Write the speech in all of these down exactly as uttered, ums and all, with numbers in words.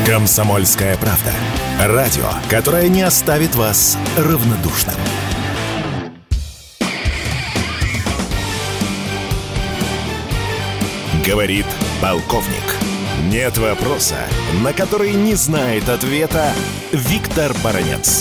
«Комсомольская правда». Радио, которое не оставит вас равнодушным. Говорит полковник. Нет вопроса, на который не знает ответа Виктор Баранец.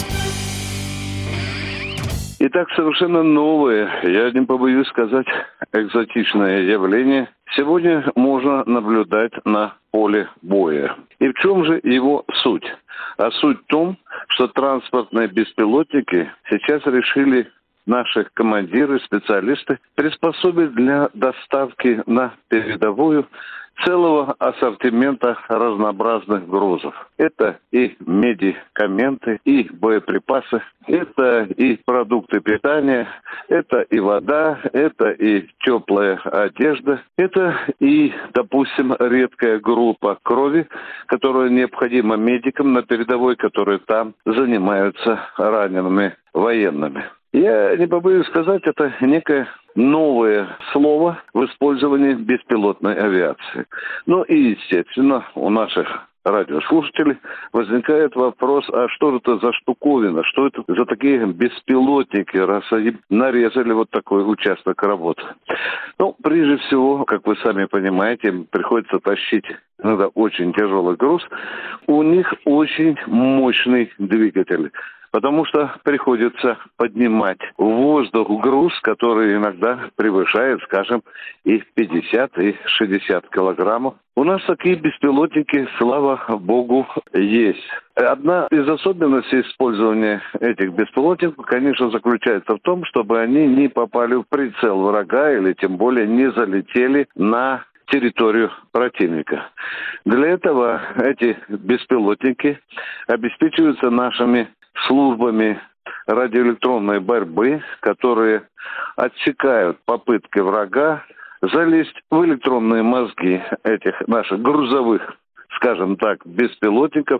Итак, совершенно новое, я не побоюсь сказать, экзотичное явление сегодня можно наблюдать на поле боя. И в чем же его суть? А суть в том, что транспортные беспилотники сейчас решили наши командиры, специалисты приспособить для доставки на передовую целого ассортимента разнообразных грузов. Это и медикаменты, и боеприпасы, это и продукты питания, это и вода, это и теплая одежда, это и, допустим, редкая группа крови, которая необходима медикам на передовой, которые там занимаются ранеными военными. Я не побоюсь сказать, это некое новое слово в использовании беспилотной авиации. Ну и, естественно, у наших радиослушателей возникает вопрос, а что же это за штуковина, что это за такие беспилотники, раз они нарезали вот такой участок работы. Ну, прежде всего, как вы сами понимаете, им приходится тащить иногда очень тяжелый груз. У них очень мощный двигатель. Потому что приходится поднимать в воздух груз, который иногда превышает, скажем, и пятьдесят, и шестьдесят килограммов. У нас такие беспилотники, слава богу, есть. Одна из особенностей использования этих беспилотников, конечно, заключается в том, чтобы они не попали в прицел врага или тем более не залетели на территорию противника. Для этого эти беспилотники обеспечиваются нашими службами радиоэлектронной борьбы, которые отсекают попытки врага залезть в электронные мозги этих наших грузовых, скажем так, беспилотников.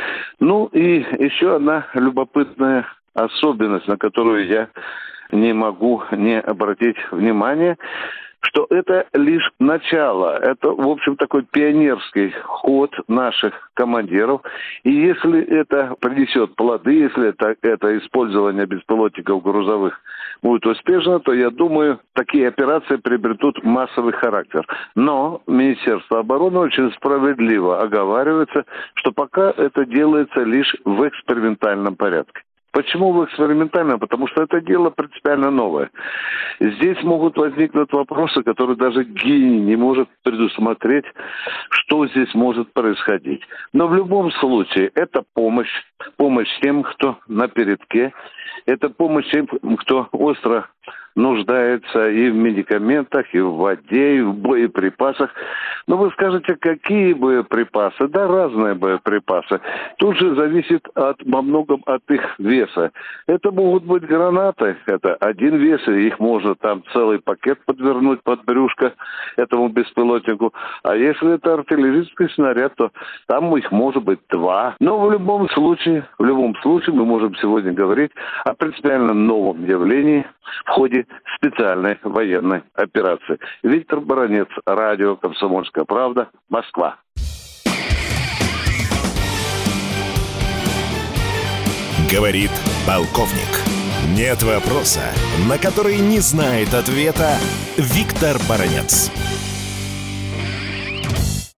Ну и еще одна любопытная особенность, на которую я не могу не обратить внимание, что это лишь начало. Это, в общем, такой пионерский ход наших командиров. И если это принесет плоды, если это, это использование беспилотников грузовых будет успешно, то, я думаю, такие операции приобретут массовый характер. Но Министерство обороны очень справедливо оговаривается, что пока это делается лишь в экспериментальном порядке. Почему в экспериментальном? Потому что это дело принципиально новое. Здесь могут возникнуть вопросы, которые даже гений не может предусмотреть, что здесь может происходить. Но в любом случае это помощь, помощь тем, кто на передке, это помощь тем, кто остро нуждается и в медикаментах, и в воде, и в боеприпасах. Но вы скажете, какие боеприпасы? Да, разные боеприпасы. Тут же зависит от, во многом от их веса. Это могут быть гранаты, это один вес, и их можно там целый пакет подвернуть под брюшко этому беспилотнику. А если это артиллерийский снаряд, то там их может быть два. Но в любом случае, в любом случае мы можем сегодня говорить о принципиально новом явлении в ходе специальной военной операции. Виктор Баранец, радио «Комсомольская правда», Москва. Говорит полковник. Нет вопроса, на который не знает ответа Виктор Баранец.